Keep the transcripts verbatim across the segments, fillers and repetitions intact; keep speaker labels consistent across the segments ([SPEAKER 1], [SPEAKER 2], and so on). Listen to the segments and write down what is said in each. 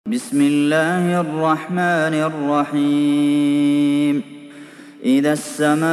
[SPEAKER 1] بسم الله الرحمن الرحيم إذا السماء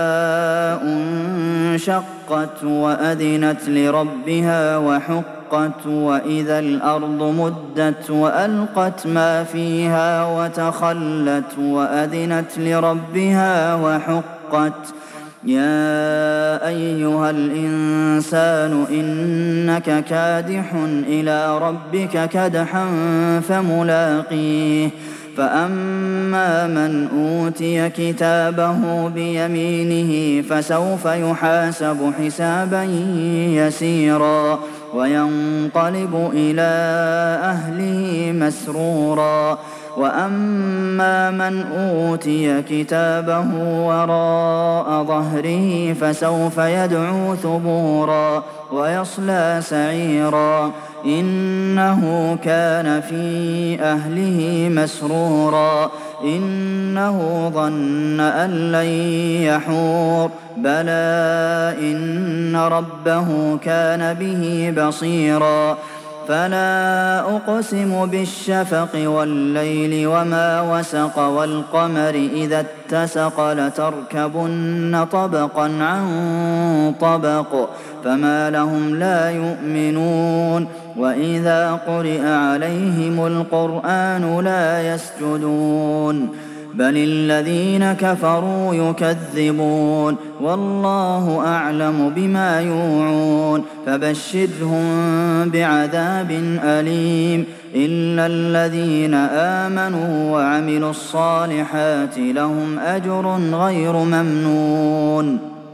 [SPEAKER 1] انشقت وأذنت لربها وحقت وإذا الأرض مدت وألقت ما فيها وتخلت وأذنت لربها وحقت يا أيها الإنسان إنك كادح إلى ربك كدحا فملاقيه فأما من أوتي كتابه بيمينه فسوف يحاسب حسابا يسيرا وينقلب إلى أهله مسرورا وأما من أوتي كتابه وراء ظهره فسوف يدعو ثبورا ويصلى سعيرا إنه كان في أهله مسرورا إنه ظن أن لن يحور بلى إن ربه كان به بصيرا فلا أقسم بالشفق والليل وما وسق والقمر إذا اتسق لتركبن طبقا عن طبق فما لهم لا يؤمنون وإذا قرئ عليهم القرآن لا يسجدون بل الذين كفروا يكذبون والله أعلم بما يوعون فبشرهم بعذاب أليم إلا الذين آمنوا وعملوا الصالحات لهم أجر غير ممنون